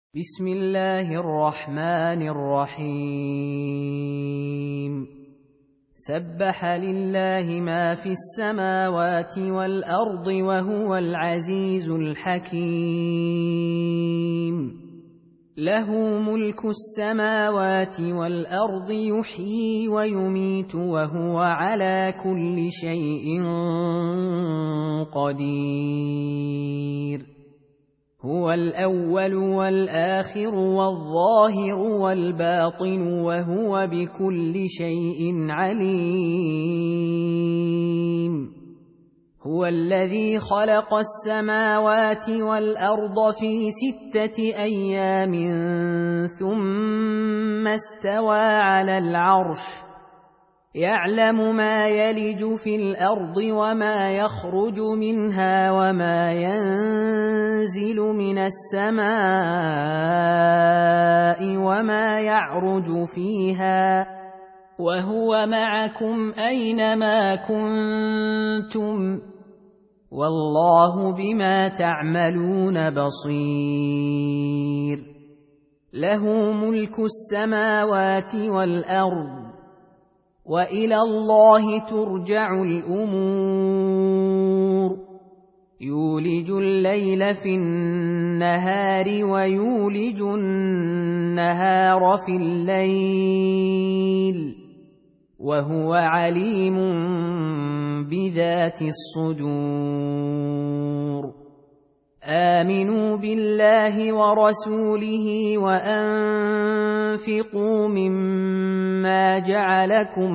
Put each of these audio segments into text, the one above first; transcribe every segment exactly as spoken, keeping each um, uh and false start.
بسم الله الرحمن الرحيم سبح لله ما في السماوات والأرض وهو العزيز الحكيم له ملك السماوات والأرض يحيي ويميت وهو على كل شيء قدير هو الأول والآخر والظاهر والباطن وهو بكل شيء عليم هو الذي خلق السماوات والأرض في ستة أيام ثم استوى على العرش يعلم ما يلج في الأرض وما يخرج منها وما ينزل من السماء وما يعرج فيها وهو معكم أينما كنتم والله بما تعملون بصير له ملك السماوات والأرض وإلى الله ترجع الأمور يولج الليل في النهار ويولج النهار في الليل وهو عليم بذات الصدور آمنوا بالله ورسوله وأنفقوا مما جعلكم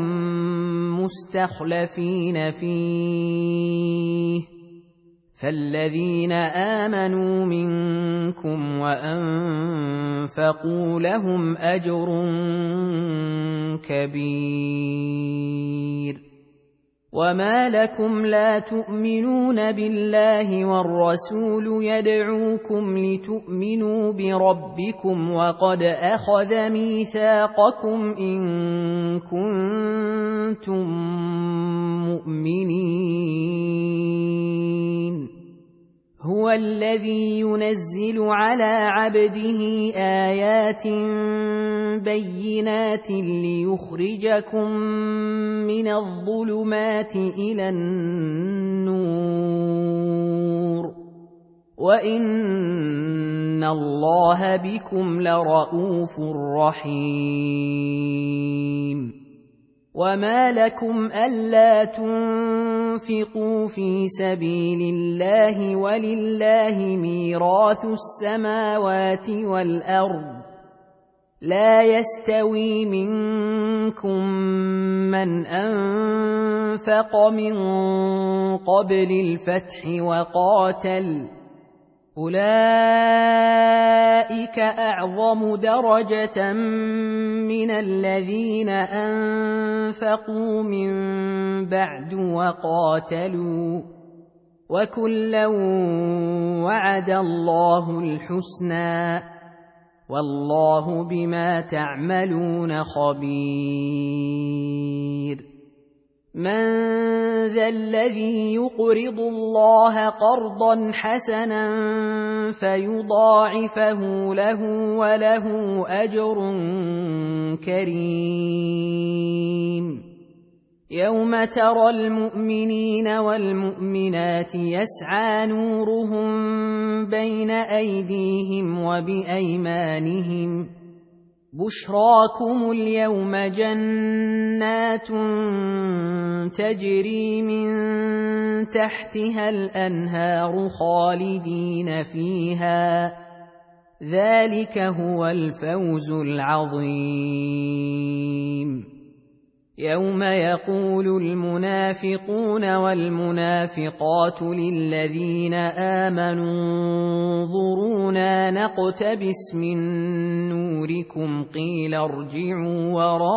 مستخلفين فيه فالذين آمنوا منكم وأنفقوا لهم أجر كبير وما لكم لا تؤمنون بالله والرسول يدعوكم لتؤمنوا بربكم وقد أخذ ميثاقكم إن كنتم مؤمنين هو الذي ينزل على عبده آيات بينات ليخرجكم من الظلمات إلى النور وإن الله بكم لرءوف رحيم وما لكم ألا تنفقوا في سبيل الله ولله ميراث السماوات والأرض لا يستوي منكم من أنفق من قبل الفتح وقاتل أولئك أعظم درجة من الذين أنفقوا من بعد وقاتلوا وكلا وعد الله الحسنى والله بما تعملون خبير من ذا الذي يقرض الله قرضا حسنا فيضاعفه له وله أجر كريم يوم ترى المؤمنين والمؤمنات يسعى نورهم بين أيديهم وبأيمانهم بشراكم اليوم جنات تجري من تحتها الأنهار خالدين فيها ذلك هو الفوز العظيم يوم يقول المنافقون والمنافقات للذين آمنوا انظرونا نقتبس من نوركم قيل ارجعوا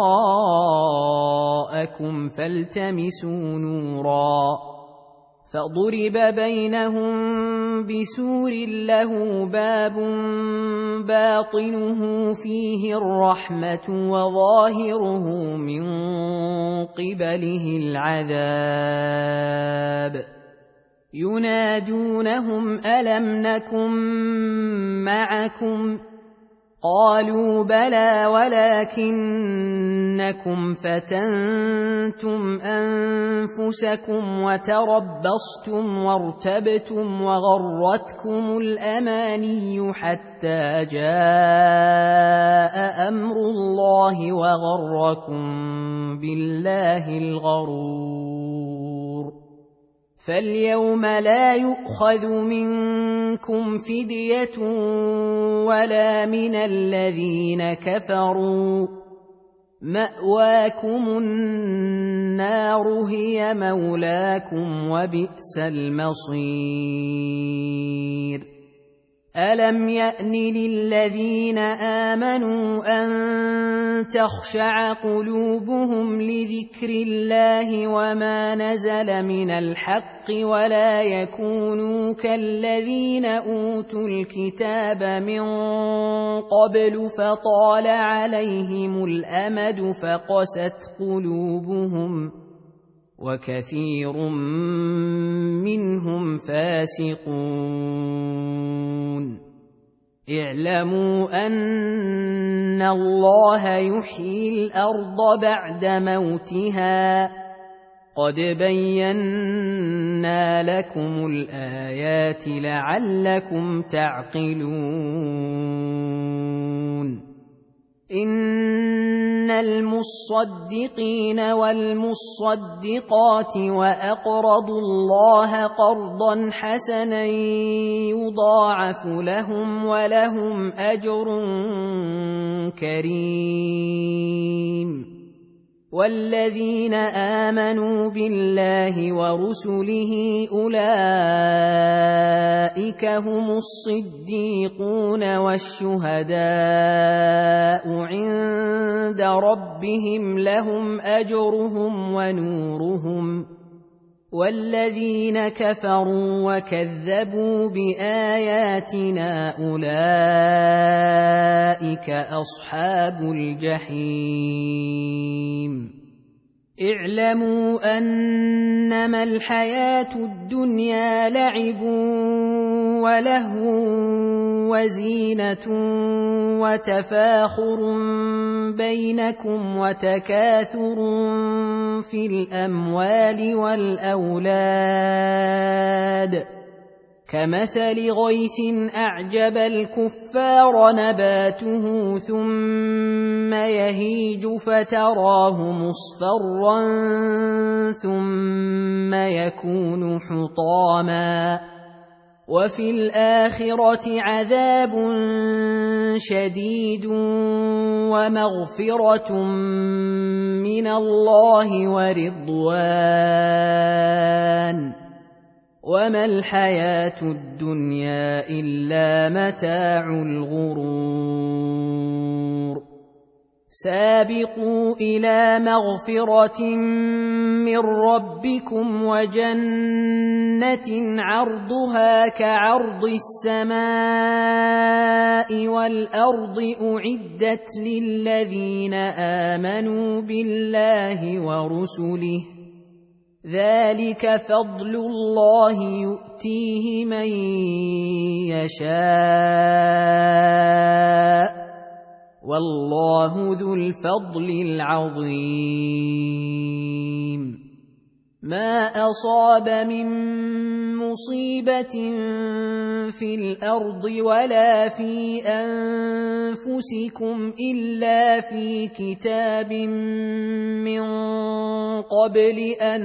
وراءكم فالتمسوا نورا فضرب بينهم بسور له باب باطنه فيه الرحمة وظاهره من قبله العذاب ينادونهم ألم نكن معكم قالوا بلى ولكنكم فتنتم أنفسكم وتربصتم وارتبتم وغرتكم الأماني حتى جاء أمر الله وغركم بالله الغرور. فاليوم لا يؤخذ منكم فدية ولا من الذين كفروا، مأواكم النار هي مولاكم وبئس المصير. ألم يأن للذين آمنوا أن تخشع قلوبهم لذكر الله وما نزل من الحق ولا يكونوا كالذين أوتوا الكتاب من قبل فطال عليهم الأمد فقست قلوبهم وكثير منهم فاسقون. اعلموا أن الله يحيي الأرض بعد موتها، قد بينا لكم الآيات لعلكم تعقلون. إن المصدقين والمصدقات وأقرضوا الله قرضا حسنا يضاعف لهم ولهم أجر كريم. والذين آمنوا بالله ورسله أولئك هم الصديقون والشهداء عند ربهم لهم أجرهم ونورهم. والذين كفروا وكذبوا بآياتنا أولئك أصحاب الجحيم. اعلموا أنما الحياة الدنيا لعب ولهو وزينة وتفاخر بينكم وتكاثر في الأموال والأولاد كمثل غيث أعجب الكفار نباته ثم يهيج فتراه مصفرا ثم يكون حطاما وفي الآخرة عذاب شديد ومغفرة من الله ورضوان وما الحياة الدنيا إلا متاع الغرور. سابقوا إلى مغفرة من ربكم وجنة عرضها كعرض السماء والأرض أعدت للذين آمنوا بالله ورسله ذلك فضل الله يؤتيه من يشاء والله ذو الفضل العظيم. ما أصاب من مصيبة في الأرض ولا في أنفسكم إلا في كتاب من قبل أن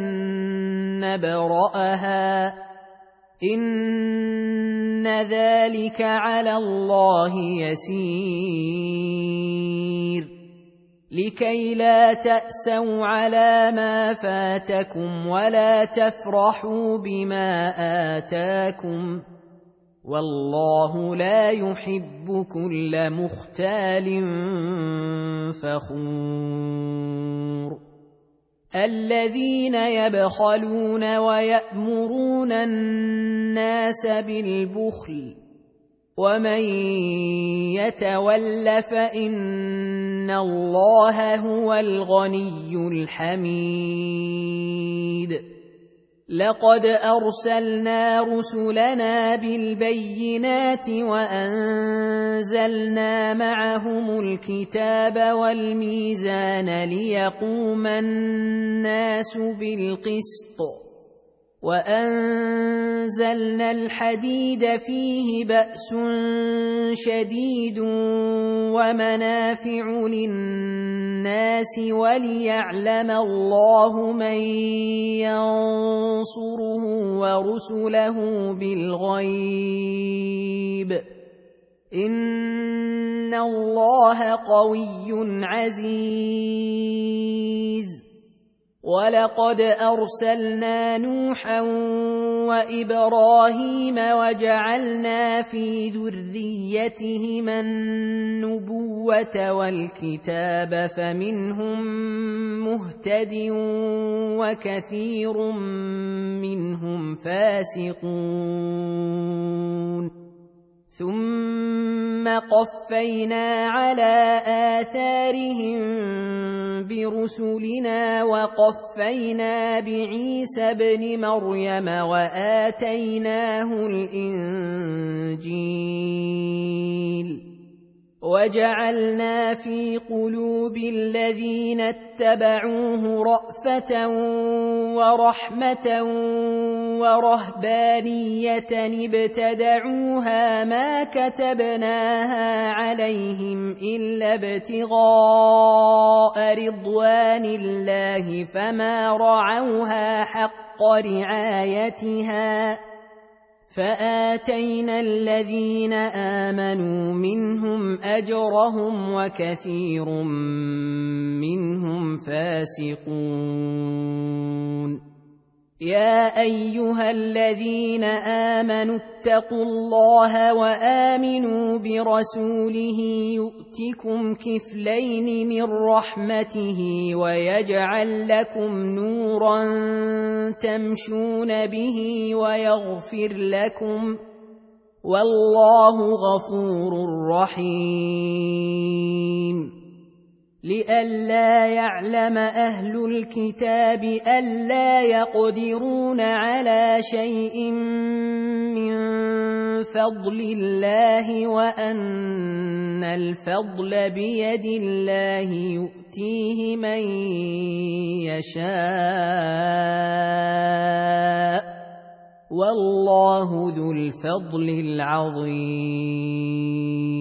نبرأها إن ذلك على الله يسير. لكي لا تأسوا على ما فاتكم ولا تفرحوا بما آتاكم والله لا يحب كل مختال فخور. الذين يبخلون ويأمرون الناس بالبخل ومن يتول فإن الله هو الغني الحميد. لقد أرسلنا رسلنا بالبينات وأنزلنا معهم الكتاب والميزان ليقوم الناس بالقسط وأنزلنا الحديد فيه بأس شديد ومنافع للناس وليعلم الله من ينصره ورسله بالغيب إن الله قوي عزيز. ولقد أرسلنا نوحا وإبراهيم وجعلنا في ذريتهما النبوة والكتاب فمنهم مهتد وكثير منهم فاسقون. ثم قفينا على آثارهم برسلنا وقفينا بعيسى ابن مريم وآتيناه الإنجيل وجعلنا في قلوب الذين اتبعوه رأفة ورحمة ورهبانية ابتدعوها ما كتبناها عليهم إلا ابتغاء رضوان الله فما رعوها حق رعايتها فآتينا الذين آمنوا منهم أجرهم وكثير منهم فاسقون. يا أيها الذين آمنوا اتقوا الله وآمنوا برسوله يؤتكم كفلين من رحمته ويجعل لكم نورا تمشون به ويغفر لكم والله غفور رحيم. لئلا يعلم أهل الكتاب ألا يقدرون على شيء من فضل الله وأن الفضل بيد الله يؤتيه من يشاء والله ذو الفضل العظيم.